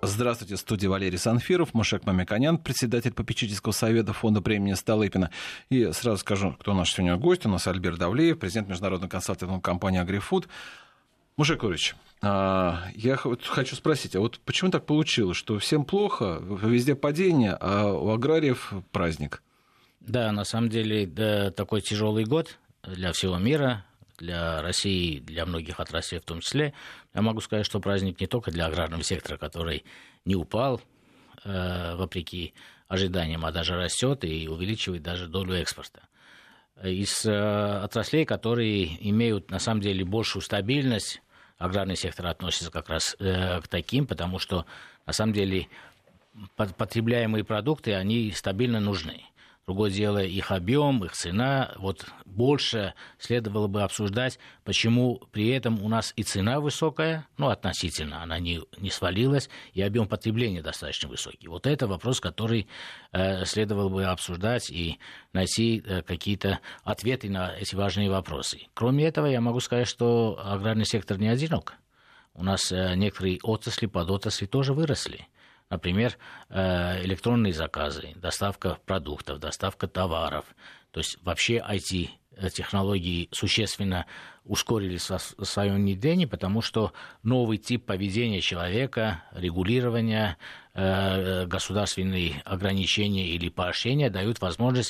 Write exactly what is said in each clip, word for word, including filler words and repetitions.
Здравствуйте, в студии Валерий Санфиров, Мушек Мамиканян, председатель попечительского совета фонда премии Столыпина. И сразу скажу, кто наш сегодня гость. У нас Альберт Давлеев, президент международной консалтинговой компании «Агрифуд». Мушек Юрьевич, я хочу спросить, а вот почему так получилось, что всем плохо, везде падение, а у аграриев праздник? Да, на самом деле, да, такой тяжелый год для всего мира, для России, для многих отраслей в том числе. Я могу сказать, что праздник не только для аграрного сектора, который не упал, э, вопреки ожиданиям, а даже растет и увеличивает даже долю экспорта. Из э, отраслей, которые имеют на самом деле большую стабильность, аграрный сектор относится как раз э, к таким, потому что на самом деле потребляемые продукты, они стабильно нужны. Другое дело, их объем, их цена. Вот больше следовало бы обсуждать, почему при этом у нас и цена высокая, ну, относительно, она не, не свалилась, и объем потребления достаточно высокий. Вот это вопрос, который э, следовало бы обсуждать и найти э, какие-то ответы на эти важные вопросы. Кроме этого, я могу сказать, что аграрный сектор не одинок. У нас э, некоторые отрасли, подотрасли тоже выросли. Например, электронные заказы, доставка продуктов, доставка товаров. То есть вообще ай ти-технологии существенно ускорились в своем внедрении, потому что новый тип поведения человека, регулирования, государственные ограничения или поощрения дают возможность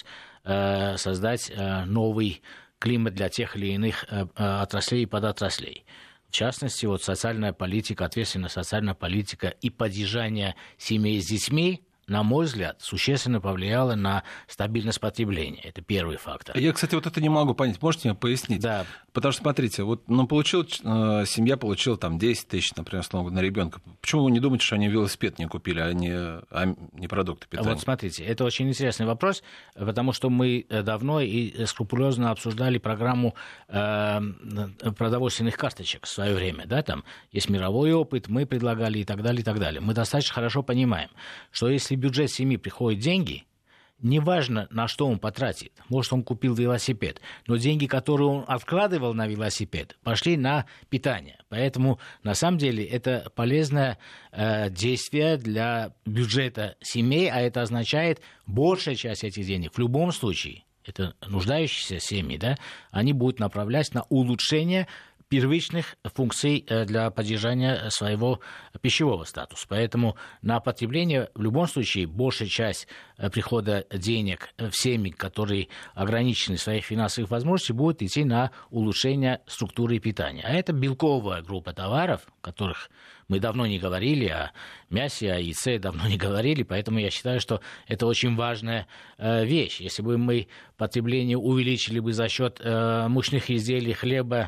создать новый климат для тех или иных отраслей и подотраслей. В частности, вот социальная политика, ответственная социальная политика и поддержание семей с детьми, на мой взгляд, существенно повлияло на стабильность потребления. Это первый фактор. Я, кстати, вот это не могу понять. Можете мне пояснить? Да. Потому что, смотрите, вот ну, получил, э, семья получила там десять тысяч, например, словно, на ребенка. Почему вы не думаете, что они велосипед не купили, а не, а не продукты питания? Вот смотрите, это очень интересный вопрос, потому что мы давно и скрупулезно обсуждали программу э, продовольственных карточек в свое время. Да? Там есть мировой опыт, мы предлагали и так далее, и так далее. Мы достаточно хорошо понимаем, что если в бюджет семьи приходят деньги, неважно, на что он потратит. Может, он купил велосипед, но деньги, которые он откладывал на велосипед, пошли на питание. Поэтому, на самом деле, это полезное э, действие для бюджета семей, а это означает, большая часть этих денег в любом случае, это нуждающиеся семьи, да, они будут направлять на улучшение первичных функций для поддержания своего пищевого статуса. Поэтому на потребление в любом случае большая часть прихода денег в семьи, которые ограничены в своих финансовых возможностей, будет идти на улучшение структуры питания. А это белковая группа товаров, о которых мы давно не говорили, о мясе, о яйце давно не говорили, поэтому я считаю, что это очень важная э, вещь. Если бы мы потребление увеличили бы за счет э, мучных изделий, хлеба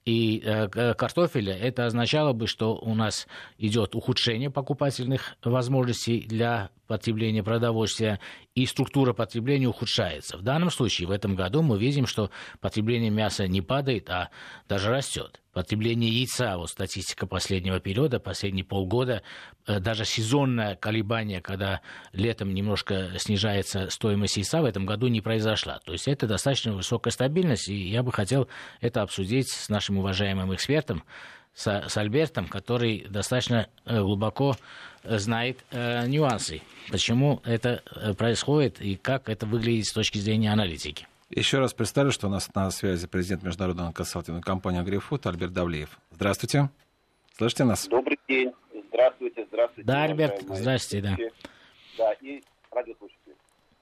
и э, картофеля, это означало бы, что у нас идет ухудшение покупательных возможностей для потребления продовольствия, и структура потребления ухудшается. В данном случае, в этом году мы видим, что потребление мяса не падает, а даже растет. Потребление яйца, вот статистика последнего периода, последние полгода, даже сезонное колебание, когда летом немножко снижается стоимость яйца, в этом году не произошла. То есть это достаточно высокая стабильность, и я бы хотел это обсудить с нашим уважаемым экспертом, с, с Альбертом, который достаточно глубоко знает э, нюансы, почему это происходит и как это выглядит с точки зрения аналитики. Еще раз представлю, что у нас на связи президент международной консалтинговой компании «Агрифуд» Альберт Давлеев. Здравствуйте. Слышите нас? Добрый день. Здравствуйте. Здравствуйте. Да, Альберт, здравствуйте, да. Да, и радиослушатели.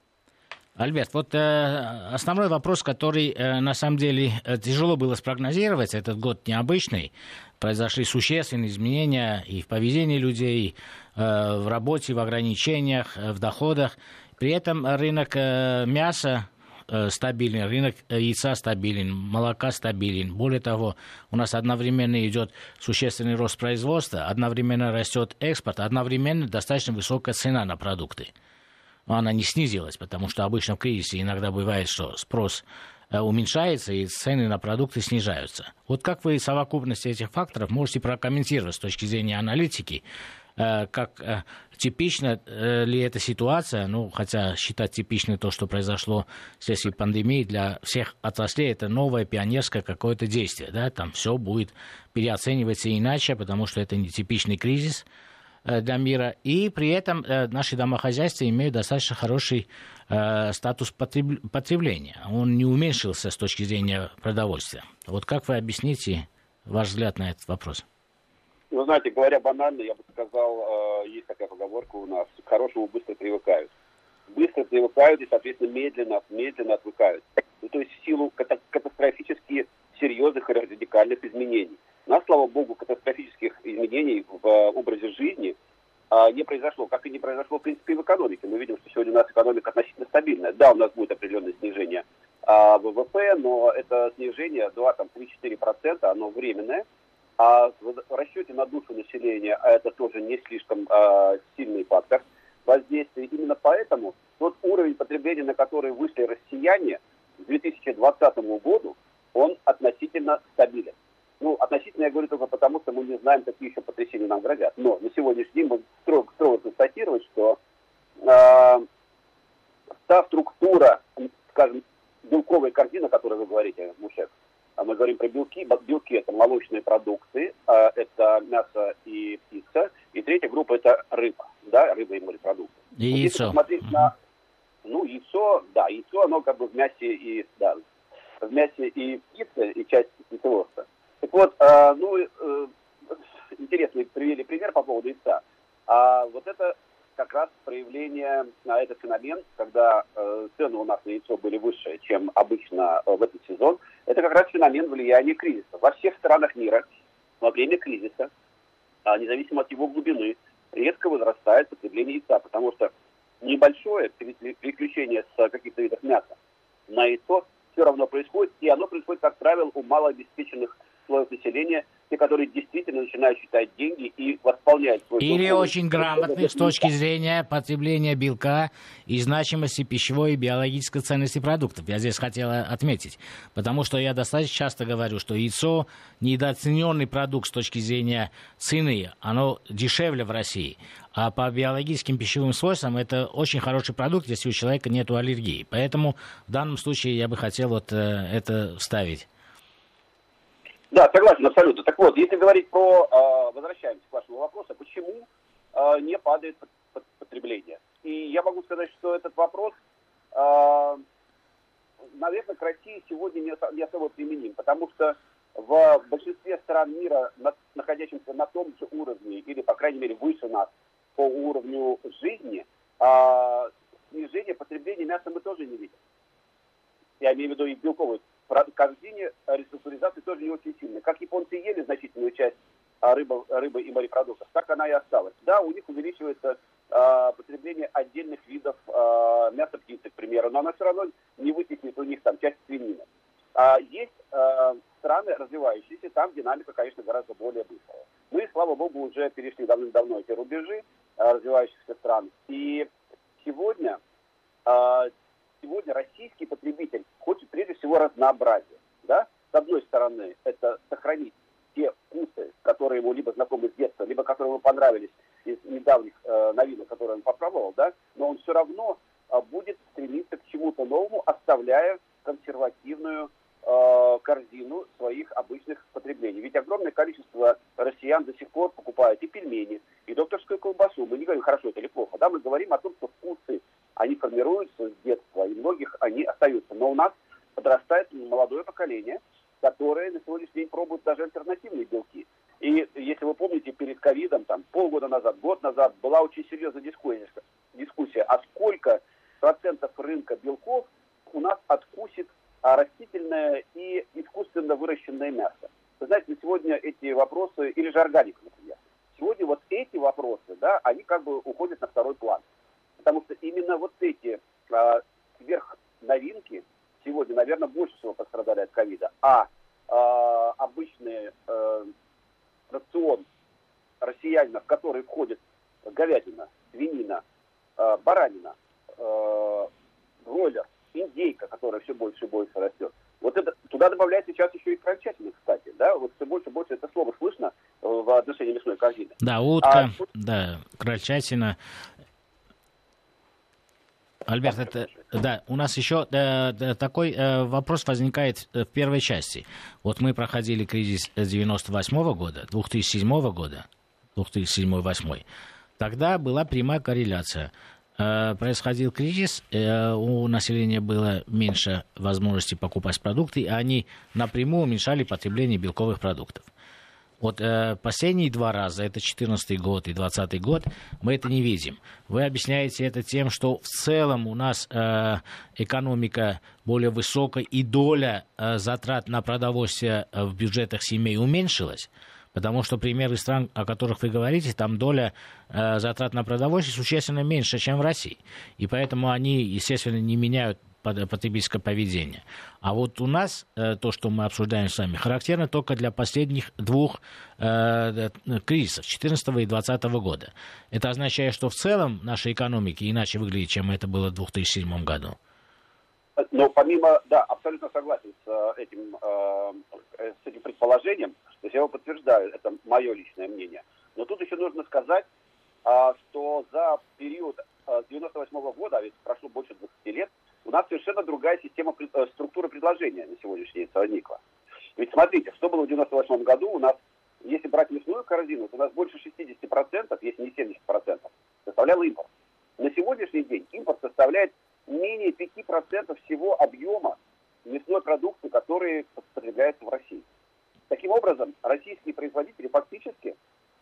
Альберт, вот э, основной вопрос, который э, на самом деле э, тяжело было спрогнозировать, этот год необычный, произошли существенные изменения и в поведении людей, э, в работе, в ограничениях, э, в доходах. При этом рынок э, мяса э, стабилен, рынок яйца стабилен, молока стабилен. Более того, у нас одновременно идет существенный рост производства, одновременно растет экспорт, одновременно достаточно высокая цена на продукты. Но она не снизилась, потому что обычно в кризисе иногда бывает, что спрос уменьшается и цены на продукты снижаются. Вот как вы совокупность этих факторов можете прокомментировать с точки зрения аналитики, как типична ли эта ситуация, ну, хотя считать типичной то, что произошло вследствие пандемии, для всех отраслей это новое пионерское какое-то действие, да, там все будет переоцениваться иначе, потому что это не типичный кризис. для мира, и при этом наши домохозяйства имеют достаточно хороший статус потребления. Он не уменьшился с точки зрения продовольствия. Вот как вы объясните ваш взгляд на этот вопрос? Вы знаете, говоря банально, я бы сказал, есть такая поговорка у нас: к хорошему быстро привыкают. Быстро привыкают и, соответственно, медленно, медленно отвыкают. Ну, то есть в силу катастрофически серьезных и радикальных изменений. У нас, слава богу, катастрофических изменений в образе жизни а, не произошло, как и не произошло, в принципе, и в экономике. Мы видим, что сегодня у нас экономика относительно стабильная. Да, у нас будет определенное снижение а, ВВП, но это снижение два-три-четыре процента, оно временное. А в расчете на душу населения это тоже не слишком а, сильный фактор воздействия. Именно поэтому тот уровень потребления, на который вышли россияне к две тысячи двадцатому году, он относительно стабилен. Ну, относительно я говорю только потому, что мы не знаем, какие еще потрясения нам грозят. Но на сегодняшний день мы строго, строго констатировать, что э, та структура, скажем, белковая корзина, о которой вы говорите, Мушек, а мы говорим про белки. Белки – это молочные продукты, э, это мясо и птица. И третья группа – это рыба, да, рыба и морепродукты. И вот яйцо. Посмотреть на, ну, яйцо, да, яйцо, оно как бы в мясе и, да, в мясе и птице, и часть птицеводства. Так вот, э, ну, э, интересный привели пример по поводу яйца. А вот это как раз проявление, а, этот феномен, когда э, цены у нас на яйцо были выше, чем обычно э, в этот сезон, это как раз феномен влияния кризиса. Во всех странах мира во время кризиса, а, независимо от его глубины, резко возрастает потребление яйца, потому что небольшое переключение с каких-то видов мяса на яйцо все равно происходит, и оно происходит, как правило, у малообеспеченных слоев населения, те, которые действительно начинают считать деньги и восполнять свой... Или очень грамотных с точки зрения потребления белка и значимости пищевой и биологической ценности продуктов. Я здесь хотел отметить, потому что я достаточно часто говорю, что яйцо недооцененный продукт с точки зрения цены, оно дешевле в России, а по биологическим пищевым свойствам это очень хороший продукт, если у человека нет аллергии. Поэтому в данном случае я бы хотел вот это вставить. Да, согласен, абсолютно. Так вот, если говорить про, э, возвращаемся к вашему вопросу, почему э, не падает потребление? И я могу сказать, что этот вопрос, э, наверное, к России сегодня не, не особо применим, потому что в большинстве стран мира, на, находящихся на том же уровне, или, по крайней мере, выше нас по уровню жизни, э, снижение потребления мяса мы тоже не видим. Я имею в виду и белковую корзине реструктуризации тоже не очень сильная. Как японцы ели значительную часть рыбы, рыбы и морепродуктов, так она и осталась. Да, у них увеличивается э, потребление отдельных видов э, мяса птицы, к примеру, но она все равно не вытеснит у них там часть свинины. А есть э, страны развивающиеся, там динамика, конечно, гораздо более быстрая. Мы, слава богу, уже перешли давным-давно эти рубежи э, развивающихся стран. И сегодня... Э, Сегодня российский потребитель хочет прежде всего разнообразия. Да? С одной стороны, это сохранить те вкусы, которые ему либо знакомы с детства, либо которые ему понравились из недавних э, новинок, которые он попробовал, да? Но он все равно э, будет стремиться к чему-то новому, оставляя консервативную э, корзину своих обычных потреблений. Ведь огромное количество россиян до сих пор покупают и пельмени, и докторскую колбасу. Мы не говорим, хорошо это или плохо, да? Мы говорим о том, что вкусы они формируются с детства, и многих они остаются. Но у нас подрастает молодое поколение, которое на сегодняшний день пробует даже альтернативные белки. И если вы помните, перед ковидом, там, полгода назад, год назад, была очень серьезная дискуссия, дискуссия, а сколько процентов рынка белков у нас откусит растительное и искусственно выращенное мясо. Вы знаете, на сегодня эти вопросы, или же органика, например, сегодня вот эти вопросы, да, они как бы уходят на второй план. Потому что именно вот эти а, сверхновинки сегодня, наверное, больше всего пострадали от ковида. А, а обычный а, рацион россиянина, в который входит говядина, свинина, а, баранина, а, бройлер, индейка, которая все больше и больше растет. Вот это, туда добавляется сейчас еще и крольчатина, кстати. Да? Вот все больше и больше это слово слышно в отношении мясной корзины. Да, утка, а, да, крольчатина. Альберт, это, да, у нас еще э, такой э, вопрос возникает в первой части. Вот мы проходили кризис девяносто восьмого года, две тысячи седьмого года, две тысячи седьмой — две тысячи восьмой. тогда была прямая корреляция. Происходил кризис, у населения было меньше возможности покупать продукты, и они напрямую уменьшали потребление белковых продуктов. Вот э, последние два раза, это четырнадцатый год и двадцатый год, мы это не видим. Вы объясняете это тем, что в целом у нас э, экономика более высокая и доля э, затрат на продовольствие в бюджетах семей уменьшилась. Потому что примеры стран, о которых вы говорите, там доля э, затрат на продовольствие существенно меньше, чем в России. И поэтому они, естественно, не меняют потребительское поведение. А вот у нас э, то, что мы обсуждаем с вами, характерно только для последних двух э, кризисов, четырнадцатого и двадцатого года. Это означает, что в целом наша экономика иначе выглядит, чем это было в две тысячи седьмом году. Но помимо, да, абсолютно согласен с этим, э, с этим предположением, то есть я его подтверждаю, это мое личное мнение. Но тут еще нужно сказать, э, что за период э, девяносто восьмого года, а ведь прошло больше двадцати лет, у нас совершенно другая система э, структуры предложения на сегодняшний день возникла. Ведь смотрите, что было в девяносто восьмом году, у нас, если брать мясную корзину, то у нас больше шестьдесят процентов, если не семьдесят процентов, составлял импорт. На сегодняшний день импорт составляет менее пяти процентов всего объема мясной продукции, который потребляется в России. Таким образом, российские производители фактически,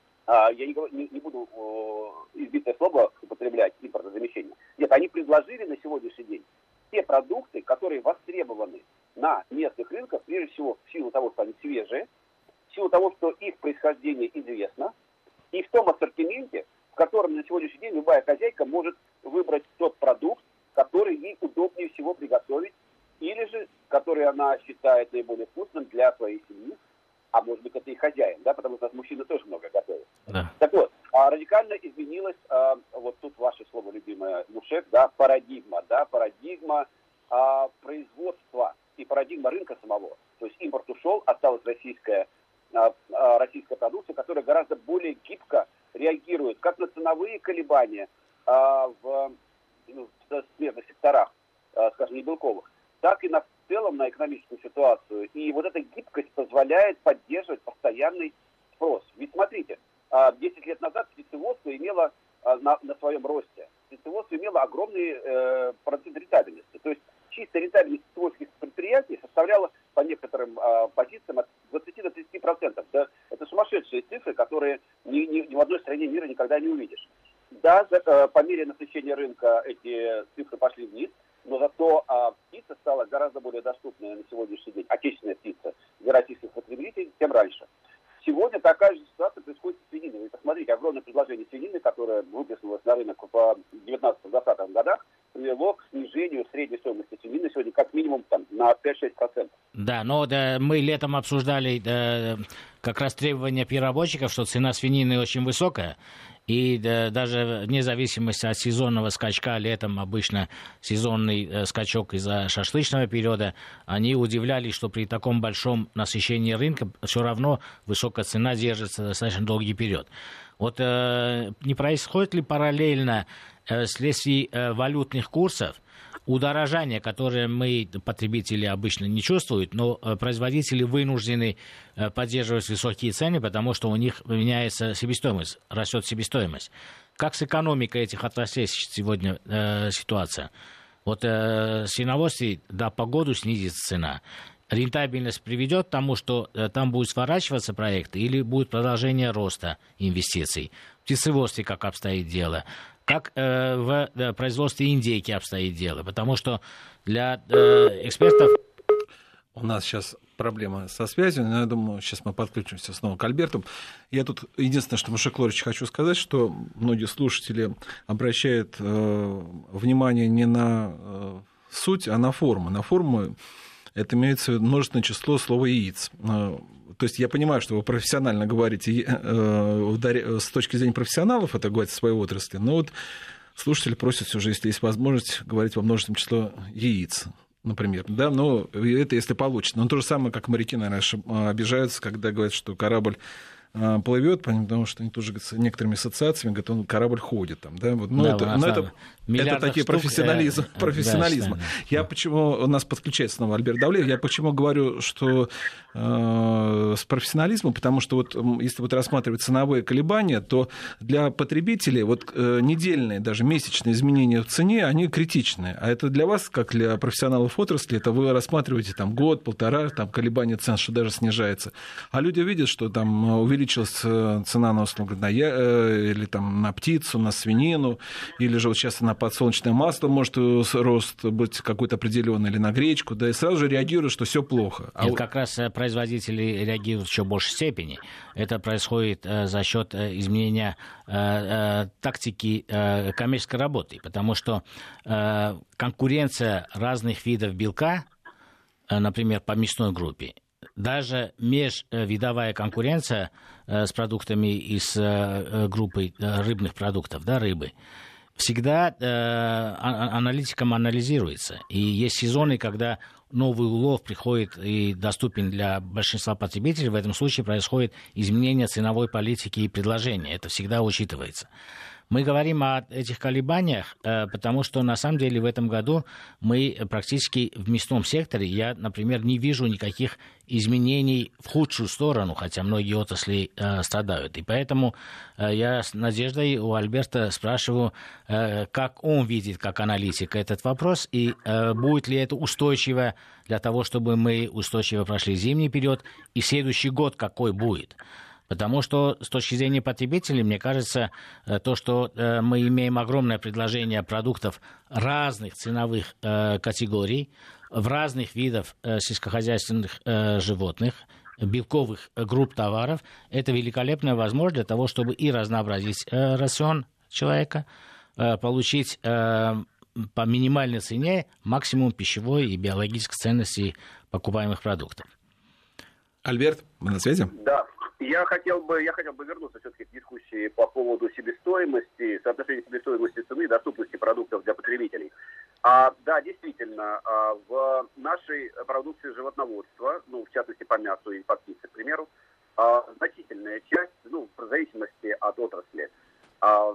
а, я не, не, не буду о, избитое слово употреблять, импортозамещение, нет, они предложили на сегодняшний день те продукты, которые востребованы на местных рынках, прежде всего в силу того, что они свежие, в силу того, что их происхождение известно, и в том ассортименте, в котором на сегодняшний день любая хозяйка может выбрать тот продукт, который ей удобнее всего приготовить, или же который она считает наиболее вкусным для своей семьи, а может быть это и хозяин, да, потому что у нас мужчины тоже много готовят. Да. Так вот, радикально изменилась, вот тут ваше слово любимое, Мушек, да, парадигма, да, парадигма а, производства и парадигма рынка самого. То есть импорт ушел, осталась российская, а, российская продукция, которая гораздо более гибко реагирует как на ценовые колебания а, в, ну, в смежных секторах, а, скажем, не белковых, так и на, в целом на экономическую ситуацию. И вот эта гибкость позволяет поддерживать постоянный спрос. Ведь смотрите, десять лет назад птицеводство имело на, на своем росте, птицеводство имело огромный э, процент рентабельности. То есть чистая рентабельность птицеводских предприятий составляла по некоторым э, позициям от двадцати до тридцати процентов. Да, это сумасшедшие цифры, которые ни, ни, ни в одной стране мира никогда не увидишь. Да, за, э, по мере насыщения рынка эти цифры пошли вниз, но зато а, птица стала гораздо более доступной на сегодняшний день, отечественная птица для российских потребителей, тем раньше. Сегодня такая же ситуация происходит с свининой. Вы посмотрите, огромное предложение свинины, которое выплеснулось на рынок в девятнадцатом-двадцатом годах, привело к снижению средней стоимости свинины сегодня как минимум там, на пять-шесть процентов. Да, но да, мы летом обсуждали да, как раз требования переработчиков, что цена свинины очень высокая. И да, даже вне зависимости от сезонного скачка, летом обычно сезонный э, скачок из-за шашлычного периода, они удивлялись, что при таком большом насыщении рынка все равно высокая цена держится достаточно долгий период. Вот э, не происходит ли параллельно э, вследствие э, валютных курсов удорожание, которое мы, потребители, обычно не чувствуют, но производители вынуждены поддерживать высокие цены, потому что у них меняется себестоимость, растет себестоимость. Как с экономикой этих отраслей сегодня э, ситуация? Вот э, свиноводстве, да, по году снизится цена. Рентабельность приведет к тому, что э, там будут сворачиваться проекты или будет продолжение роста инвестиций? В птицеводстве как обстоит дело? Как э, в э, производстве индейки обстоит дело? Потому что для э, экспертов... У нас сейчас проблема со связью, но я думаю, сейчас мы подключимся снова к Альберту. Я тут единственное, что, Мушек Лорич, хочу сказать, что многие слушатели обращают э, внимание не на э, суть, а на форму. На форму это имеется множественное число слова «яиц». То есть я понимаю, что вы профессионально говорите, э, с точки зрения профессионалов, это говорится в своей отрасли, но вот слушатели просят все же, если есть возможность, говорить во множественном числе яиц, например. Да, но это если получится. Но то же самое, как моряки, наверное, обижаются, когда говорят, что корабль плывет, потому что они тоже с некоторыми ассоциациями говорят, он, корабль ходит там, да, вот, ну, да, это, ну, это, это такие штук, профессионализм, э, профессионализм. Да, я почему, у нас подключается снова Альберт Давлеев, я почему говорю, что э, с профессионализмом, потому что вот если вот рассматривать ценовые колебания, то для потребителей вот э, недельные, даже месячные изменения в цене, они критичны, а это для вас, как для профессионалов отрасли, это вы рассматриваете там год, полтора, там колебания цен, что даже снижается, а люди видят, что там увеличилась цена на услугу на я... или там на птицу, на свинину, или же вот сейчас на подсолнечное масло может рост быть какой-то определенный, или на гречку, да, и сразу же реагируют, что все плохо. А Нет, как раз производители реагируют в еще большей степени. Это происходит за счет изменения тактики коммерческой работы, потому что конкуренция разных видов белка, например, по мясной группе, даже межвидовая конкуренция э, с продуктами из э, группы э, рыбных продуктов, да, рыбы, всегда э, а- аналитиком анализируется. И есть сезоны, когда новый улов приходит и доступен для большинства потребителей. В этом случае происходит изменение ценовой политики и предложения. Это всегда учитывается. Мы говорим о этих колебаниях, потому что, на самом деле, в этом году мы практически в мясном секторе, я, например, не вижу никаких изменений в худшую сторону, хотя многие отрасли э, страдают. И поэтому э, я с надеждой у Альберта спрашиваю, э, как он видит, как аналитик, этот вопрос, и э, будет ли это устойчиво для того, чтобы мы устойчиво прошли зимний период, и следующий год какой будет. Потому что с точки зрения потребителей, мне кажется, то, что мы имеем огромное предложение продуктов разных ценовых категорий, в разных видах сельскохозяйственных животных, белковых групп товаров, это великолепная возможность для того, чтобы и разнообразить рацион человека, получить по минимальной цене максимум пищевой и биологической ценности покупаемых продуктов. Альберт, вы на связи? Да. Я хотел бы, я хотел бы вернуться все-таки к дискуссии по поводу себестоимости, соотношения себестоимости цены и доступности продуктов для потребителей. А, да, действительно, а, в нашей продукции животноводства, ну, в частности, по мясу и по птице, к примеру, а, значительная часть, ну, в зависимости от отрасли, а,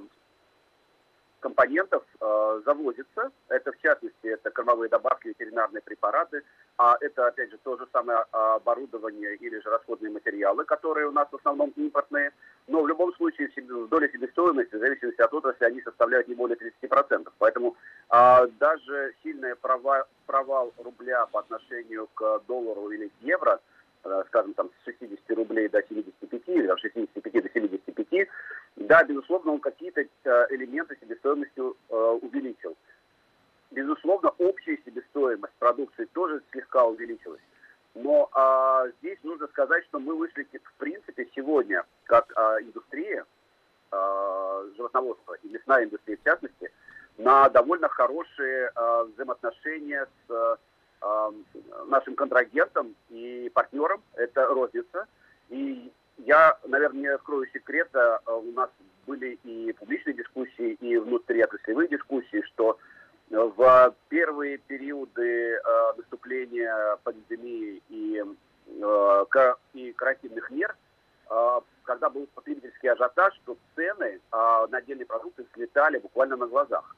компонентов э, завозится. Это, в частности, это кормовые добавки, ветеринарные препараты, а это, опять же, то же самое оборудование или же расходные материалы, которые у нас в основном импортные. Но в любом случае доля себестоимости, в зависимости от отрасли, они составляют не более тридцать процентов. Поэтому э, даже сильный провал, провал рубля по отношению к доллару или к евро, э, скажем, там, с шестидесяти рублей до семидесяти пяти, или с шестидесяти пяти до семидесяти пяти, да, безусловно, он какие-то элементы себестоимости э, увеличил. Безусловно, общая себестоимость продукции тоже слегка увеличилась. Но э, здесь нужно сказать, что мы вышли, в принципе, сегодня, как э, индустрия, э, животноводства и мясная индустрия, в частности, на довольно хорошие э, взаимоотношения с э, нашим контрагентом и партнером. Это розница. И я, наверное, не открою секрета, у нас были и публичные дискуссии, и внутриотраслевые дискуссии, что в первые периоды э, наступления пандемии и, э, и карантинных мер, э, когда был потребительский ажиотаж, то цены э, на отдельные продукты взлетали буквально на глазах.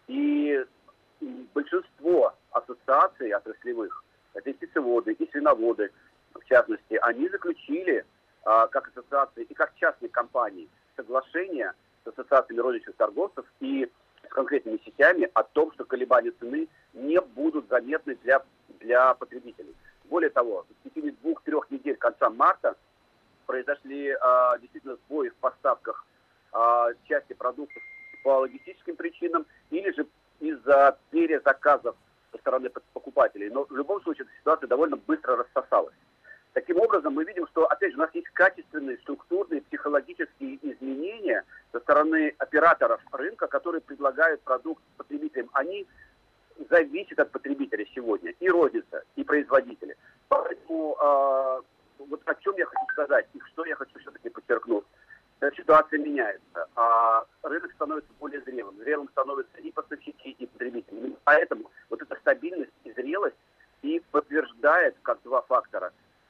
И большинство ассоциаций отраслевых, это и птицеводы, и свиноводы, в частности, они заключили, как ассоциации и как частные компании, соглашение с ассоциациями розничных торговцев и с конкретными сетями о том, что колебания цены не будут заметны для, для потребителей. Более того, в течение двух-трех недель конца марта произошли а, действительно сбои в поставках а, части продуктов по логистическим причинам или же из-за перезаказов со стороны покупателей. Но в любом случае эта ситуация довольно быстро рассосалась. Таким образом, мы видим, что, опять же, у нас есть качественные, структурные, психологические изменения со стороны операторов рынка, которые предлагают продукт потребителям. Они зависят от потребителя сегодня, и розница, и производители. Поэтому э, вот о чем я хочу сказать, и что я хочу все-таки подчеркнуть. Ситуация меняется, а рынок становится более зрелым. Зрелым становятся и поставщики, и потребители. Поэтому вот эта стабильность и зрелость и подтверждает, как два фактора,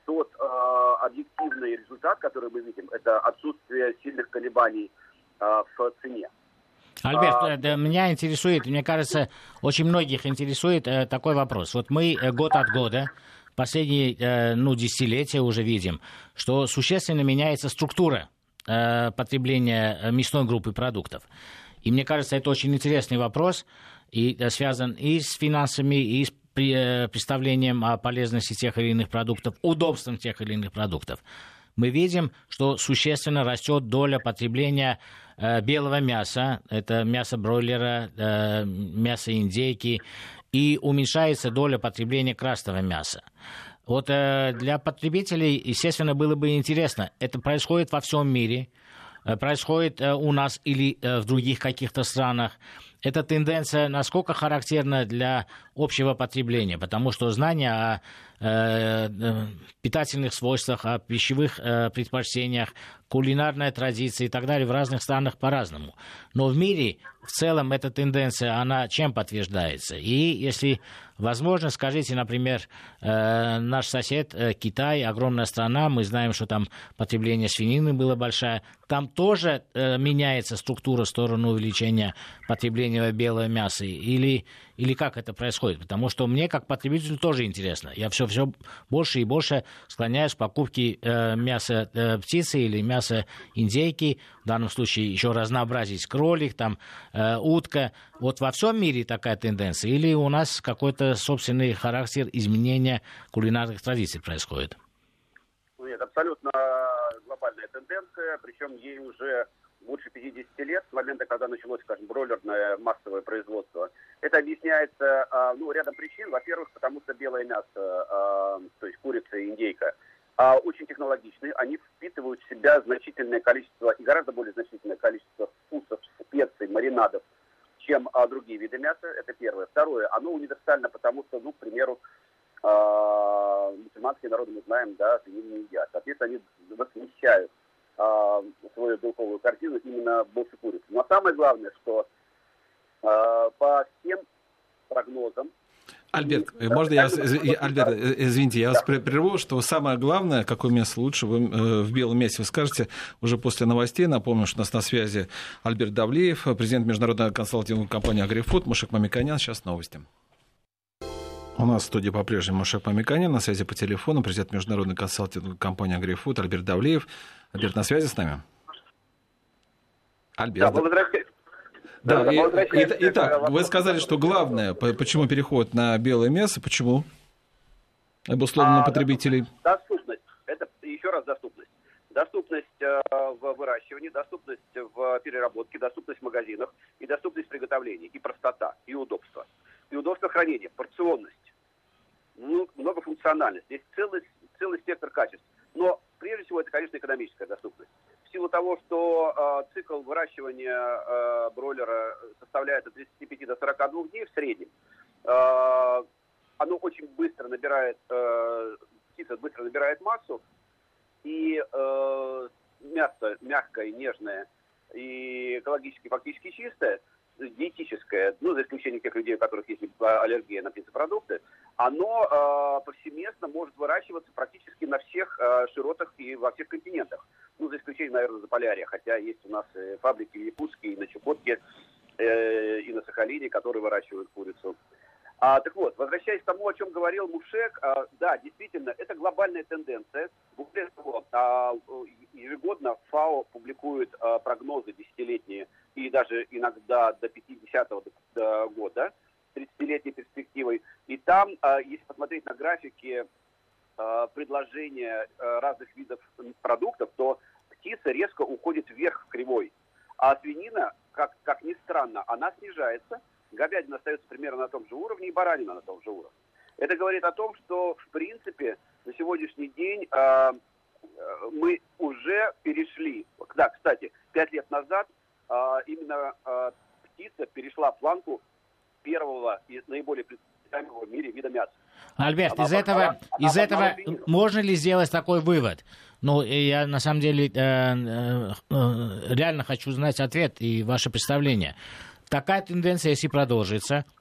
тот э, объективный результат, который мы видим, это отсутствие сильных колебаний э, в цене. Альберт, а... да, меня интересует, мне кажется, очень многих интересует э, такой вопрос. Вот мы э, год от года, последние э, ну, десятилетия уже видим, что существенно меняется структура э, потребления мясной группы продуктов. И мне кажется, это очень интересный вопрос, и э, связан и с финансами, и с при, э, представлением о полезности тех или иных продуктов, удобством тех или иных продуктов. Мы видим, что существенно растет доля потребления э, белого мяса, это мясо бройлера, э, мясо индейки, и уменьшается доля потребления красного мяса. Вот э, для потребителей, естественно, было бы интересно, это происходит во всем мире, э, происходит э, у нас или э, в других каких-то странах. Эта тенденция насколько характерна для общего потребления, потому что знания о э, питательных свойствах, о пищевых э, предпочтениях, кулинарная традиция и так далее в разных странах по-разному. Но в мире в целом эта тенденция, она чем подтверждается? И если возможно, скажите, например, э, наш сосед э, Китай, огромная страна, мы знаем, что там потребление свинины было большое, там тоже э, меняется структура в сторону увеличения потребления белого мяса, или, или как это происходит? Потому что мне, как потребителю, тоже интересно. Я все, все больше и больше склоняюсь к покупке э, мяса э, птицы или мяса индейки, в данном случае еще разнообразить кролик, там, э, утка. Вот во всем мире такая тенденция? Или у нас какой-то собственный характер изменения кулинарных традиций происходит? Нет, абсолютно глобальная тенденция, причем ей уже больше пятидесяти лет, с момента, когда началось, скажем, бройлерное массовое производство. Это объясняется ну, рядом причин. Во-первых, потому что белое мясо, то есть курица и индейка, очень технологичны. Они впитывают в себя значительное количество, и гораздо более значительное количество вкусов, специй, маринадов, чем другие виды мяса. Это первое. Второе, оно универсально, потому что, ну, к примеру, мусульманские народы, мы знаем, да, свинину не едят. Соответственно, они восхищают свою белковую корзину именно больше курицы. Но самое главное, что э, по всем прогнозам... Альберт, и, можно я, я, Альберт, извините, я да. вас прерву, что самое главное, какое мясо лучше, вы э, в белом мясе вы скажете уже после новостей. Напомню, что у нас на связи Альберт Давлеев, президент международной консалтинговой компании «Агрифуд», Мушек Мамиканян. Сейчас новости. У нас в студии по-прежнему Мушек Мамиканян, на связи по телефону, президент международной консалтинговой компании «Агрифуд» Альберт Давлеев. Альберт, на связи с нами? Альберт. Да, возвращайтесь. Да, да, и, и, итак, вы сказали, что главное, почему переход на белое мясо, почему? Обусловлено а, потребителей. Доступность. Это еще раз доступность. Доступность э, в выращивании, доступность в переработке, доступность в магазинах и доступность в приготовлении, и простота, и удобство. И удобство хранения, порционность, ну, многофункциональность. Здесь целый, целый спектр качеств. Но прежде всего это, конечно, экономическая доступность. В силу того, что э, цикл выращивания э, бройлера составляет от тридцати пяти до сорока двух дней в среднем, э, оно очень быстро набирает, э, птица быстро набирает массу, и э, мясо мягкое, нежное и экологически фактически чистое, диетическое, ну, за исключением тех людей, у которых есть аллергия на птицепродукты, оно э, повсеместно может выращиваться практически на всех э, широтах и во всех континентах. Ну, за исключением, наверное, Заполярья, хотя есть у нас э, фабрики в Якутске, и на Чукотке, э, и на Сахалине, которые выращивают курицу. А, так вот, возвращаясь к тому, о чем говорил Мушек, а, да, действительно, это глобальная тенденция. Более того, а, ежегодно ФАО публикует а, прогнозы десятилетние и даже иногда до пятидесятого года, тридцатилетней перспективой. И там, а, если посмотреть на графики а, предложения а, разных видов продуктов, то птица резко уходит вверх в кривой. А свинина, как, как ни странно, она снижается. Говядина остается примерно на том же уровне, и баранина на том же уровне. Это говорит о том, что, в принципе, на сегодняшний день э, мы уже перешли. Да, кстати, пять лет назад э, именно э, птица перешла планку первого и наиболее представляемого в мире вида мяса. Альберт, она из пошла, этого, из этого можно ли сделать такой вывод? Ну, я на самом деле э, э, реально хочу знать ответ и ваше представление. Такая тенденция, если продолжится,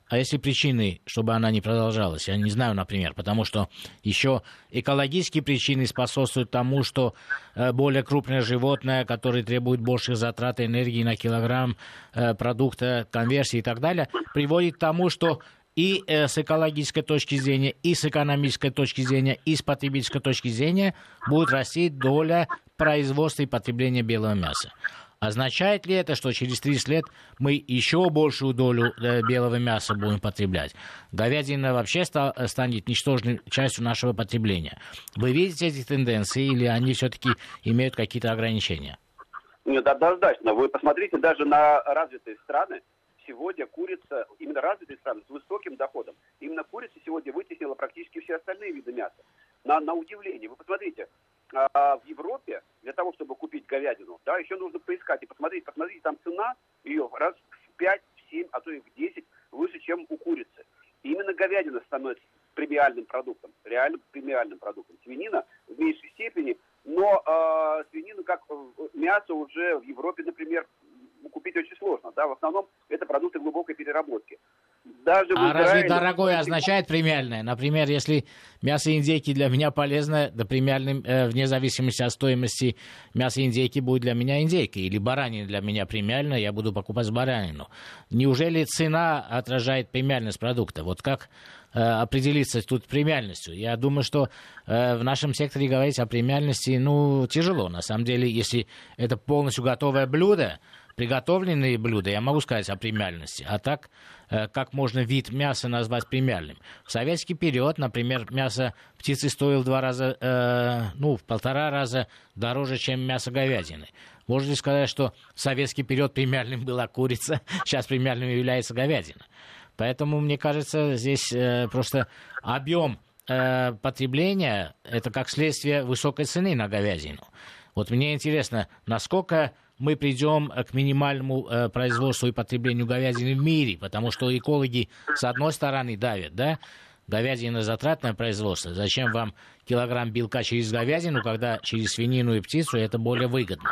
А если причины, чтобы она не продолжалась? Я не знаю, например, потому что еще экологические причины способствуют тому, что более крупное животное, которое требует больших затрат энергии на килограмм продукта, конверсии и так далее, приводит к тому, что и с экологической точки зрения, и с экономической точки зрения, и с потребительской точки зрения будет расти доля производства и потребления белого мяса. Означает ли это, что через тридцать лет мы еще большую долю белого мяса будем потреблять? Говядина вообще ста- станет ничтожной частью нашего потребления. Вы видите эти тенденции или они все-таки имеют какие-то ограничения? Нет, однозначно. Вы посмотрите даже на развитые страны. Сегодня курица, именно развитые страны с высоким доходом, именно курица сегодня вытеснила практически все остальные виды мяса. На, на удивление. Вы посмотрите, а, в Европе для того, чтобы купить говядину, да, еще нужно поискать и посмотреть, посмотрите, там цена ее раз в пять, в семь, а то и в десять выше, чем у курицы. И именно говядина становится премиальным продуктом, реально премиальным продуктом. Свинина в меньшей степени, но э, свинину как мясо уже в Европе, например, купить очень сложно. Да? В основном это продукты глубокой переработки. Даже а Израиле... разве дорогое означает премиальное? Например, если мясо индейки для меня полезно, да премиальным, э, вне зависимости от стоимости мяса индейки будет для меня индейкой, или баранина для меня премиальная, я буду покупать баранину. Неужели цена отражает премиальность продукта? Вот как э, определиться тут премиальностью? Я думаю, что э, в нашем секторе говорить о премиальности, ну, тяжело. На самом деле, если это полностью готовое блюдо, приготовленные блюда, я могу сказать о премиальности. А так, э, как можно вид мяса назвать премиальным? В советский период, например, мясо птицы стоило в два раза, э, ну, в полтора раза дороже, чем мясо говядины. Можно ли сказать, что в советский период премиальным была курица, сейчас премиальным является говядина? Поэтому, мне кажется, здесь э, просто объем э, потребления, это как следствие высокой цены на говядину. Вот мне интересно, насколько мы придем к минимальному э, производству и потреблению говядины в мире, потому что экологи с одной стороны давят, да, говядина затратное производство. Зачем вам килограмм белка через говядину, когда через свинину и птицу это более выгодно?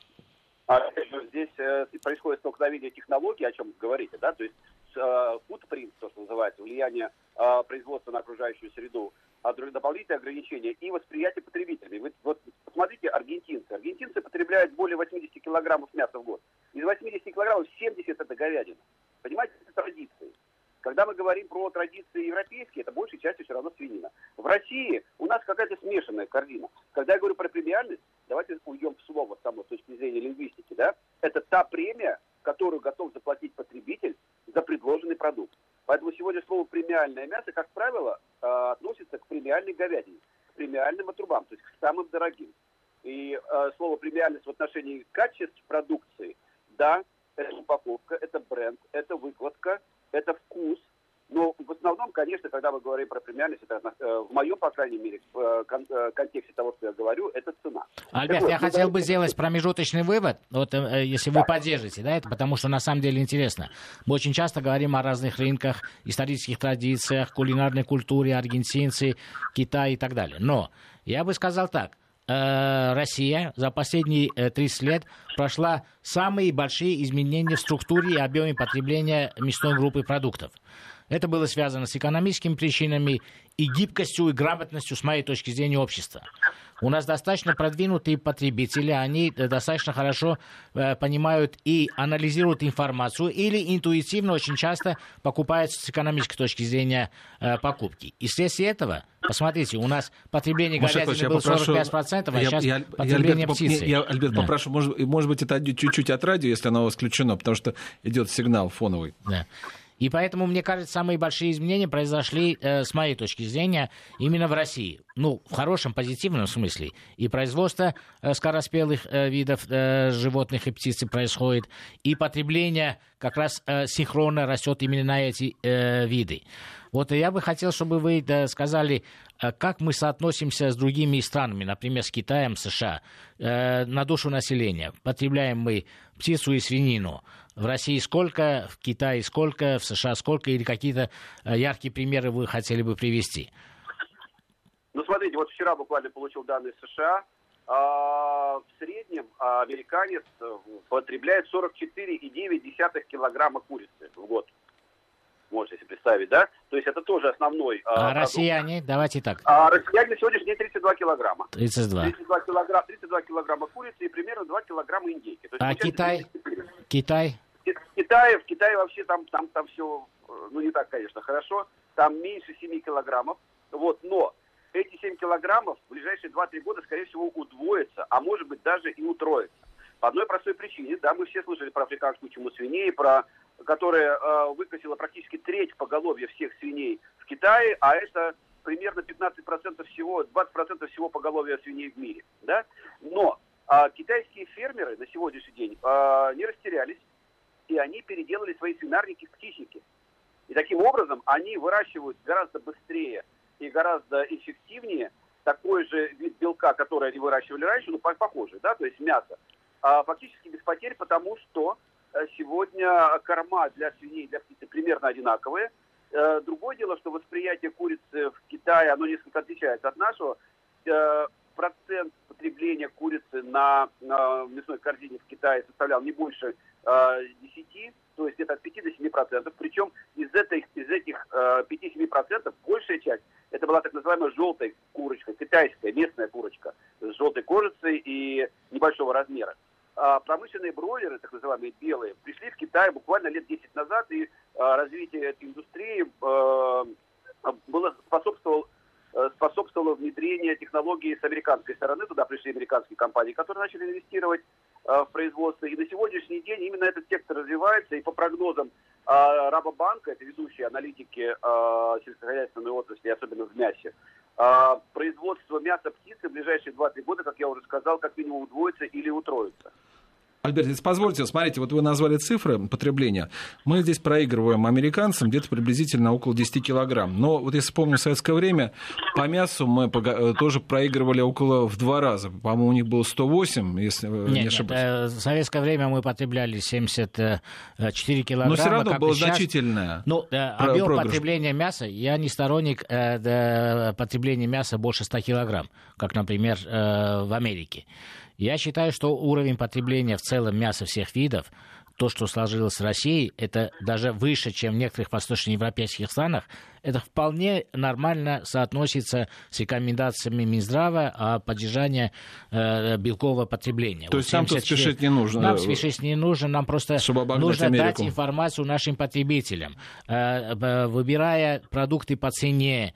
А здесь э, происходит столкновение технологий, о чем вы говорите, да, то есть э, футпринт, то, что называется, влияние э, производства на окружающую среду, а дополнительные ограничения и восприятие потребителями. Вы, вот посмотрите, аргентинцы. Аргентинцы потребляют более восемьдесят килограммов мяса в год. Из восьмидесяти килограммов семьдесят это говядина. Понимаете, это традиции. Когда мы говорим про традиции европейские, это большей частью все равно свинина. В России у нас какая-то смешанная картина. Когда я говорю про премиальность, давайте уйдем в слово само с точки зрения лингвистики, да? Это та премия, которую готов заплатить потребитель за предложенный продукт. Поэтому сегодня слово «премиальное мясо», как правило, относится к премиальной говядине, к премиальным отрубам, то есть к самым дорогим. И э, слово «премиальность» в отношении качеств продукции, да, это упаковка, это бренд, это выкладка, это вкус. Но в основном, конечно, когда мы говорим про премиальность, это, э, в моем, по крайней мере, в э, кон- э, контексте того, что я говорю, это цена. Альберт, вот, я хотел говорим... бы сделать промежуточный вывод, вот э, если вы поддержите, да, это потому что на самом деле интересно. Мы очень часто говорим о разных рынках, исторических традициях, кулинарной культуре, аргентинцы, Китай и так далее. Но я бы сказал так. Россия за последние тридцать лет прошла самые большие изменения в структуре и объеме потребления мясной группы продуктов. Это было связано с экономическими причинами и гибкостью и грамотностью, с моей точки зрения, общества. У нас достаточно продвинутые потребители, они достаточно хорошо э, понимают и анализируют информацию или интуитивно очень часто покупают с экономической точки зрения э, покупки. И вследствие этого, посмотрите, у нас потребление говядины было сорок пять процентов, а я, сейчас я, потребление я, птицы. Я, Альберт, да. попрошу, может, может быть, это чуть-чуть от радио, если оно у вас включено, потому что идет сигнал фоновый. Да. И поэтому, мне кажется, самые большие изменения произошли, э, с моей точки зрения, именно в России. Ну, в хорошем, позитивном смысле. И производство э, скороспелых э, видов э, животных и птицы происходит, и потребление как раз э, синхронно растет именно на эти э, виды. Вот я бы хотел, чтобы вы да, сказали, э, как мы соотносимся с другими странами, например, с Китаем, США, э, на душу населения. Потребляем мы птицу и свинину. В России сколько, в Китае сколько, в США сколько, или какие-то яркие примеры вы хотели бы привести? Ну, смотрите, вот вчера буквально получил данные США. А, в среднем американец потребляет сорок четыре и девять десятых килограмма курицы в год. можете себе представить, да? То есть это тоже основной А, а россияне, давайте так. А россияне на сегодняшний день тридцать два килограмма. тридцать два. тридцать два килограмма, тридцать два килограмма курицы и примерно два килограмма индейки. То есть, а Китай? Китай? В Китае, в Китае вообще там, там, там все, ну не так, конечно, хорошо. Там меньше семь килограммов. Вот, но эти семь килограммов в ближайшие два-три года, скорее всего, удвоятся, а может быть даже и утроятся. По одной простой причине, да, мы все слышали про африканскую чуму свиней, про, которая э, выкосила практически треть поголовья всех свиней в Китае, а это примерно пятнадцать процентов всего, двадцать процентов всего поголовья свиней в мире, да. Но э, китайские фермеры на сегодняшний день э, не растерялись, и они переделали свои свинарники в птичники. И таким образом они выращивают гораздо быстрее и гораздо эффективнее такой же вид белка, который они выращивали раньше, ну, похожий, да, то есть мясо. А, фактически без потерь, потому что сегодня корма для свиней и для птицы примерно одинаковые. А, другое дело, что восприятие курицы в Китае, оно несколько отличается от нашего. А, процент потребления курицы на, на мясной корзине в Китае составлял не больше а, десяти, то есть где-то от пяти до семи процентов. Причем из, этой, из этих а, пяти-семи процентов большая часть, это была так называемая желтая курочка, китайская местная курочка с желтой кожицей и небольшого размера. А промышленные бройлеры, так называемые белые, пришли в Китай буквально лет десять назад, и а, развитие этой индустрии а, было, способствовало, способствовало внедрению технологий с американской стороны. Туда пришли американские компании, которые начали инвестировать а, в производство. И на сегодняшний день именно этот сектор развивается, и по прогнозам а, Рабобанка, это ведущие аналитики а, сельскохозяйственной отрасли, особенно в мясе, а, производство мяса птицы в ближайшие два-три года, как я уже сказал, как минимум удвоится или утроится. Альберт, если позвольте, смотрите, вот вы назвали цифры потребления. Мы здесь проигрываем американцам где-то приблизительно около десяти килограмм. Но вот если помню советское время, по мясу мы тоже проигрывали около в два раза. По-моему, у них было сто восемь, если нет, не ошибаюсь. Нет, в советское время мы потребляли семьдесят четыре килограмма. Но все равно было значительное. Ну, объем проигрыш. Потребления мяса, я не сторонник э, потребления мяса больше ста килограмм, как, например, э, в Америке. Я считаю, что уровень потребления в целом мяса всех видов, то, что сложилось в России, это даже выше, чем в некоторых восточноевропейских странах. Это вполне нормально соотносится с рекомендациями Минздрава о поддержании э, белкового потребления. То вот есть нам тут спешить не нужно? Нам спешить не нужно, нам просто нужно Америку. Дать информацию нашим потребителям. Э, выбирая продукты по цене,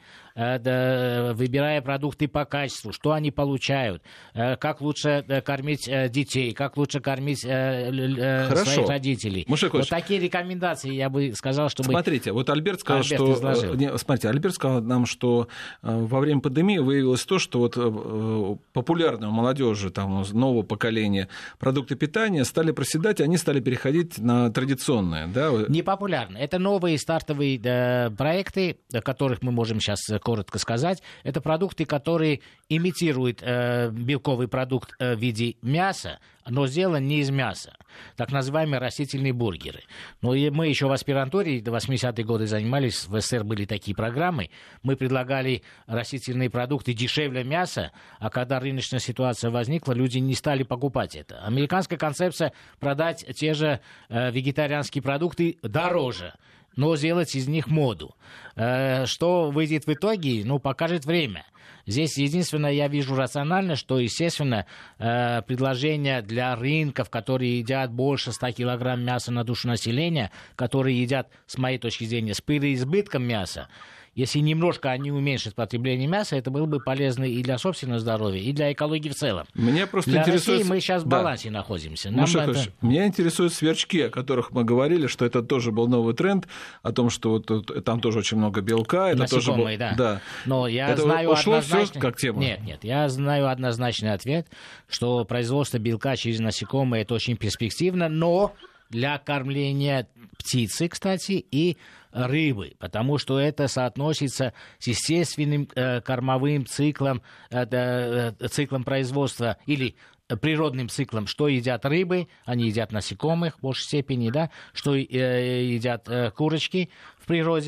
э, выбирая продукты по качеству, что они получают, э, как лучше кормить э, детей, как лучше кормить э, э, своих родителей. Мушекович, вот такие рекомендации, я бы сказал, чтобы... Смотрите, вот Альберт сказал, Альберт что... изложил. Не, смотрите, Альберт сказал нам, что во время пандемии выявилось то, что вот популярные у молодежи, там, нового поколения продукты питания стали проседать, они стали переходить на традиционные. Да? Не популярны. Это новые стартовые э, проекты, о которых мы можем сейчас коротко сказать. Это продукты, которые имитируют э, белковый продукт э, в виде мяса, но сделан не из мяса. Так называемые растительные бургеры. Но и мы еще в аспирантуре до восьмидесятых годов занимались, в СССР были такие программы. Мы предлагали растительные продукты дешевле мяса, а когда рыночная ситуация возникла, люди не стали покупать это. Американская концепция продать те же э, вегетарианские продукты дороже, но сделать из них моду. Э, что выйдет в итоге, ну, покажет время. Здесь единственное, я вижу рационально, что, естественно, э, предложение для рынков, которые едят больше ста килограмм мяса на душу населения, которые едят, с моей точки зрения, с переизбытком мяса, если немножко они уменьшат потребление мяса, это было бы полезно и для собственного здоровья, и для экологии в целом. Меня просто для интересует... России мы сейчас в да. балансе находимся. Нам это... Меня интересуют сверчки, о которых мы говорили, что это тоже был новый тренд, о том, что вот, там тоже очень много белка. Это насекомые, тоже был... да. да. Но я это знаю ушло однозначно... все как тема? Нет, нет, я знаю однозначный ответ, что производство белка через насекомые – это очень перспективно, но для кормления птицы, кстати, и рыбы, потому что это соотносится с естественным э, кормовым циклом, э, э, циклом производства или природным циклом, что едят рыбы, они едят насекомых в большей степени, да, что э, едят э, курочки в природе,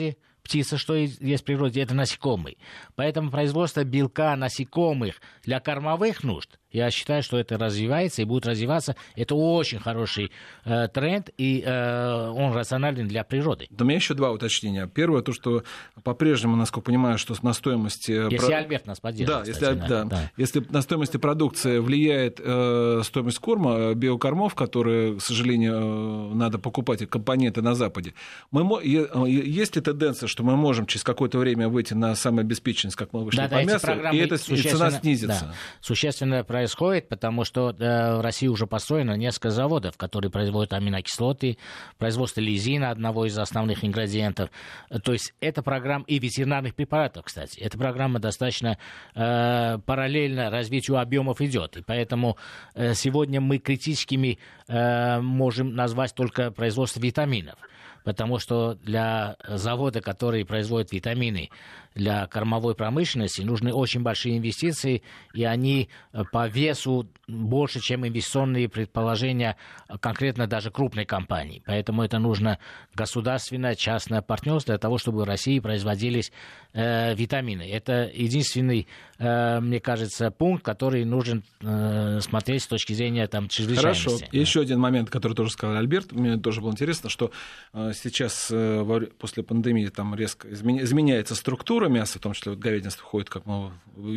птица, что есть в природе, это насекомые. Поэтому производство белка насекомых для кормовых нужд, я считаю, что это развивается и будет развиваться. Это очень хороший э, тренд, и э, он рационален для природы. У меня еще два уточнения. Первое, то, что по-прежнему, насколько понимаю, что на стоимости... Если про... Альберт нас поддерживает. Да, если, кстати, да. Да. если на стоимости продукции влияет э, стоимость корма, биокормов, которые, к сожалению, надо покупать, и компоненты на Западе, мы, есть ли тенденция, что мы можем через какое-то время выйти на самообеспеченность, как мы вышли да, по да, мясу, и эта цена снизится? Да, существенно происходит, потому что э, в России уже построено несколько заводов, которые производят аминокислоты, производство лизина, одного из основных ингредиентов. То есть эта программа и ветеринарных препаратов, кстати. Эта программа достаточно э, параллельно развитию объемов идет. И поэтому э, сегодня мы критическими э, можем назвать только производство витаминов. Потому что для завода, который производит витамины для кормовой промышленности, нужны очень большие инвестиции, и они по весу больше, чем инвестиционные предположения конкретно даже крупной компании. Поэтому это нужно государственное, частное партнерство для того, чтобы в России производились э, витамины. Это единственный, э, мне кажется, пункт, который нужен э, смотреть с точки зрения там, чрезвычайности. Хорошо. Да. Еще один момент, который тоже сказал Альберт, мне тоже было интересно, что э, сейчас э, после пандемии там резко изменяется структура мяса, в том числе вот говядинство входит, как мы,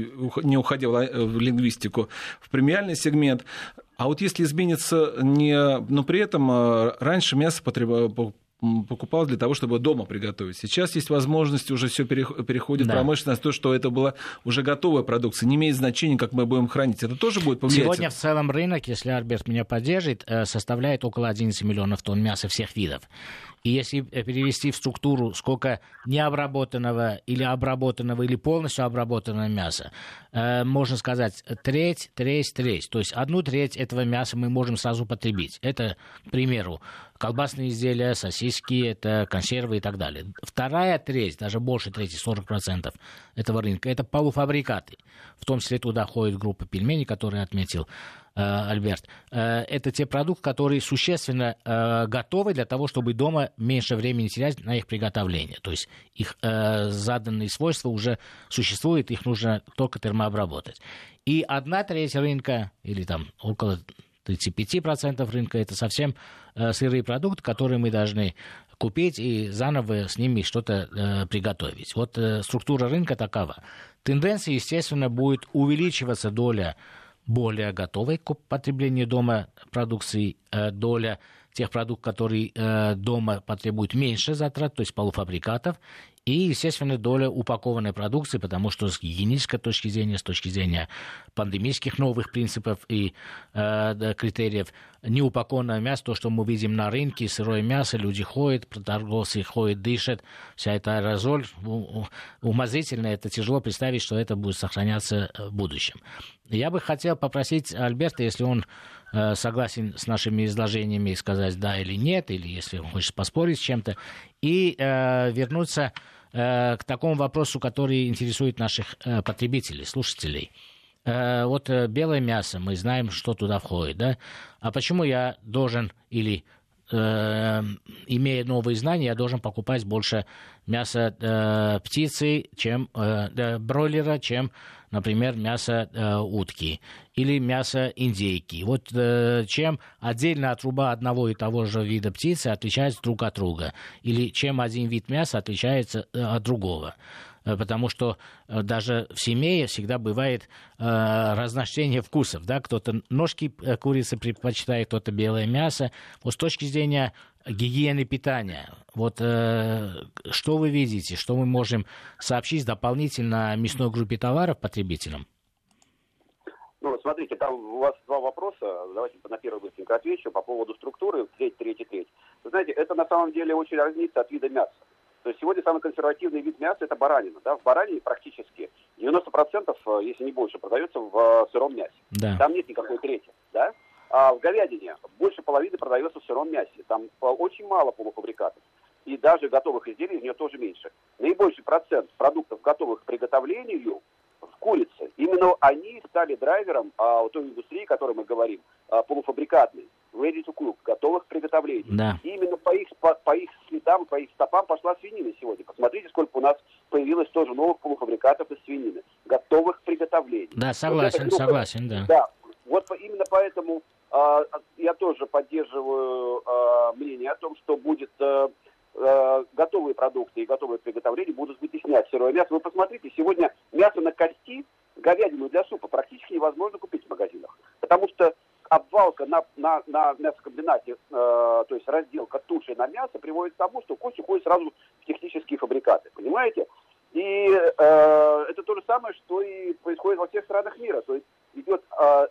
не уходя в лингвистику, в премиальный сегмент. А вот если изменится не... Но при этом раньше мясо потребовалось, покупал для того, чтобы дома приготовить. Сейчас есть возможность, уже все переходит да. в промышленность, то, что это была уже готовая продукция, не имеет значения, как мы будем хранить. Это тоже будет повлиять? Сегодня в целом рынок, если Альберт меня поддержит, составляет около одиннадцать миллионов тонн мяса всех видов. И если перевести в структуру, сколько необработанного или обработанного, или полностью обработанного мяса, э, можно сказать, треть, треть, треть. То есть одну треть этого мяса мы можем сразу потребить. Это, к примеру, колбасные изделия, сосиски, это консервы и так далее. Вторая треть, даже больше трети, сорок процентов этого рынка, это полуфабрикаты. В том числе туда входит группа пельменей, которую отметил э, Альберт. Э, это те продукты, которые существенно э, готовы для того, чтобы дома меньше времени терять на их приготовление. То есть их э, заданные свойства уже существуют, их нужно только термообработать. И одна треть рынка, или там около тридцать пять процентов рынка, это совсем э, сырые продукты, которые мы должны купить и заново с ними что-то э, приготовить. Вот э, структура рынка такова. Тенденция, естественно, будет увеличиваться доля более готовой к потреблению дома продукции, э, доля тех продуктов, которые э, дома потребуют меньше затрат, то есть полуфабрикатов, и, естественно, доля упакованной продукции, потому что с гигиенической точки зрения, с точки зрения пандемийских новых принципов и э, критериев, неупакованное мясо, то, что мы видим на рынке, сырое мясо, люди ходят, торговцы ходят, дышат, вся эта аэрозоль, умозрительно, это тяжело представить, что это будет сохраняться в будущем. Я бы хотел попросить Альберта, если он э, согласен с нашими изложениями, сказать да или нет, или если он хочет поспорить с чем-то, и э, вернуться э, к такому вопросу, который интересует наших э, потребителей, слушателей. Э, вот э, белое мясо, мы знаем, что туда входит, да? А почему я должен, или э, имея новые знания, я должен покупать больше мяса э, птицы, чем э, бройлера, чем, например, мясо э, утки или мясо индейки. Вот э, чем отдельная труба одного и того же вида птицы отличается друг от друга, или чем один вид мяса отличается э, от другого. Потому что э, даже в семье всегда бывает э, разночтение вкусов. Да? Кто-то ножки э, курицы предпочитает, кто-то белое мясо. Вот с точки зрения гигиены питания, вот э, что вы видите, что мы можем сообщить дополнительно о мясной группе товаров потребителям? Ну, смотрите, там у вас два вопроса. Давайте на первый быстренько отвечу по поводу структуры, треть, треть и треть. Вы знаете, это на самом деле очень разнится от вида мяса. То есть сегодня самый консервативный вид мяса – это баранина. Да? В баранине практически девяносто процентов, если не больше, продается в сыром мясе. Да. Там нет никакой трети. Да? А в говядине больше половины продается в сыром мясе. Там очень мало полуфабрикатов. И даже готовых изделий в нее тоже меньше. Наибольший процент продуктов, готовых к приготовлению, в курице. Именно они стали драйвером а, той индустрии, о которой мы говорим, а, полуфабрикатной. ready to cook, готовых к приготовлению. Да. И именно по их, по, по их следам, по их стопам пошла свинина сегодня. Посмотрите, сколько у нас появилось тоже новых полуфабрикатов из свинины, готовых к приготовлению. Да, согласен, вот это, согласен, да. Да, вот именно поэтому э, я тоже поддерживаю э, мнение о том, что будет э, э, готовые продукты и готовые приготовления будут вытеснять сырое мясо. Вы посмотрите, сегодня мясо на кости, говядину для супа практически невозможно купить в магазинах, потому что обвалка на, на, на мясокомбинате, э, то есть разделка туши на мясо приводит к тому, что кость уходит сразу в технические фабрикаты, понимаете? И э, это то же самое, что и происходит во всех странах мира, то есть идет э,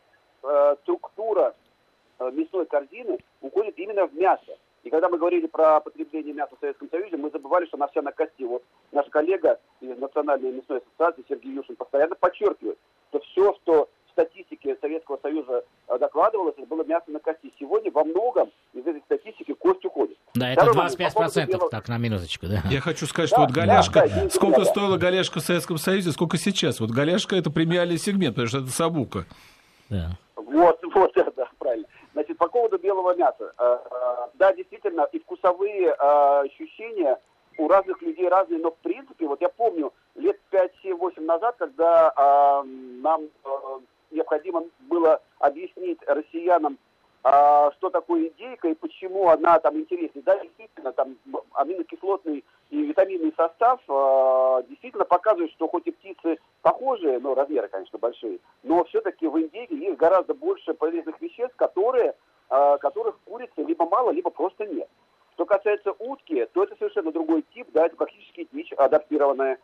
э, структура э, мясной корзины уходит именно в мясо. И когда мы говорили про потребление мяса в Советском Союзе, мы забывали, что она вся на кости. Вот наш коллега из Национальной мясной ассоциации Сергей Юшин постоянно подчеркивает, что все, что в статистике Советского Союза докладывалось, это было мясо на кости. Сегодня во многом из этой статистики кость уходит. Да, это двадцать пять процентов, по так, на минуточку, да. Я хочу сказать, что да, вот голяшка, да, да, сколько да, стоила да. голяшка в Советском Союзе, сколько сейчас. Вот голяшка — это премиальный сегмент, потому что это сабука. Да. Вот, вот, да, правильно. Значит, по поводу белого мяса. Да, действительно, и вкусовые ощущения у разных людей разные, но в принципе, вот я помню, лет пять-семь-восемь назад, когда нам необходимо было объяснить россиянам, что такое индейка и почему она там интереснее. Да, действительно, там аминокислотный и витаминный состав действительно показывает, что хоть и птицы похожие, но размеры, конечно, большие, но все-таки в индейке есть гораздо больше полезных веществ, которые, которых в курице либо мало, либо просто нет. Что касается утки, то это совершенно другой тип, да, это практически дичь адаптированная.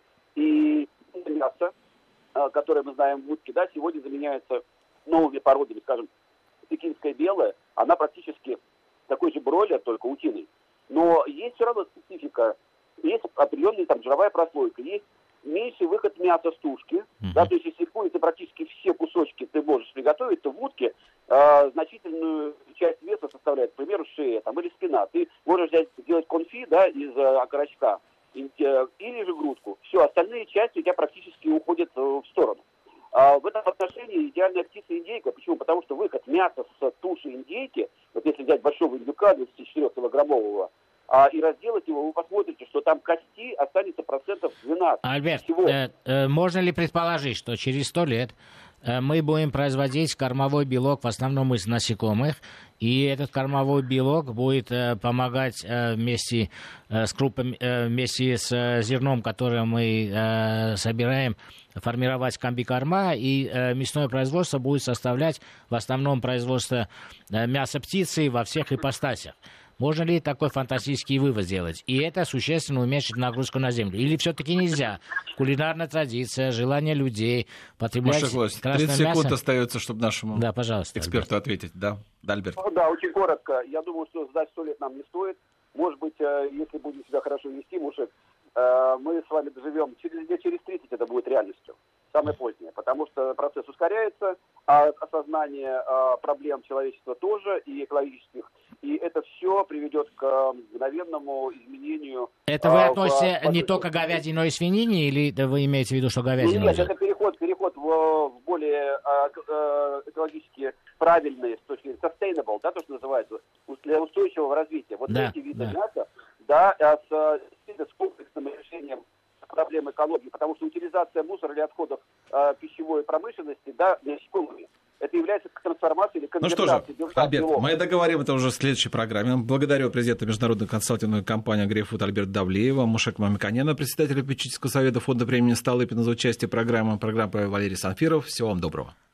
И мясо, которое мы знаем в утке, да, сегодня заменяется новыми породами, скажем, пекинская белая, она практически такой же бройлер, только утиный. Но есть все равно специфика, есть определенная там жировая прослойка, есть меньший выход мяса с тушки, mm-hmm. да, то есть если в курице практически все кусочки ты можешь приготовить, то в утке э, значительную часть веса составляет, к примеру, шея там, или спина. Ты можешь взять, сделать конфи, да, из э, окорочка, и, э, или же грудку. Все, остальные части у тебя практически уходят э, в сторону. А в этом отношении идеальная птица индейка. Почему? Потому что выход мяса с туши индейки, вот если взять большого индюка двадцатичетырёхкилограммового, а, и разделать его, вы посмотрите, что там кости останется процентов двенадцать. Альберт, э, э, можно ли предположить, что через сто лет э, мы будем производить кормовой белок в основном из насекомых, и этот кормовой белок будет э, помогать э, вместе э, с крупами, э, вместе с э, зерном, которое мы э, собираем, формировать комбикорма, и э, мясное производство будет составлять в основном производство э, мяса птицы во всех ипостасях. Можно ли такой фантастический вывод сделать? И это существенно уменьшит нагрузку на землю? Или все-таки нельзя? Кулинарная традиция, желание людей потреблять красное мясо... тридцать секунд остается, чтобы нашему да, пожалуйста, эксперту Альберт. ответить. Да, да, Альберт. Ну, да, очень коротко. Я думаю, что ждать сто лет нам не стоит. Может быть, если будем себя хорошо вести, мужик, мы с вами доживем через лет, через тридцать это будет реальностью. Самое позднее. Потому что процесс ускоряется, а осознание проблем человечества тоже, и экологических. И это все приведет к мгновенному изменению. Это вы относите в, не в... только к говядине, но и свинине, или вы имеете в виду, что говядина? Нет, это переход, переход в, в более э, экологически правильные, с точки зрения sustainable, да, то, что называется, для устойчивого развития. Вот да, эти виды да. мяса, да, с, с комплексным решением проблем экологии, потому что утилизация мусора или отходов э, пищевой промышленности, да, насекомыми, это является трансформацией или конвертацией. Ну что же, Альберт, мы договорим это уже в следующей программе. Благодарю президента международной консалтинговой компании «Агрифуд» Альберта Давлеева, Мушек Мамиканяна, председателя попечительского совета фонда премии Столыпина за участие в программе. Программа Валерий Санфиров. Всего вам доброго.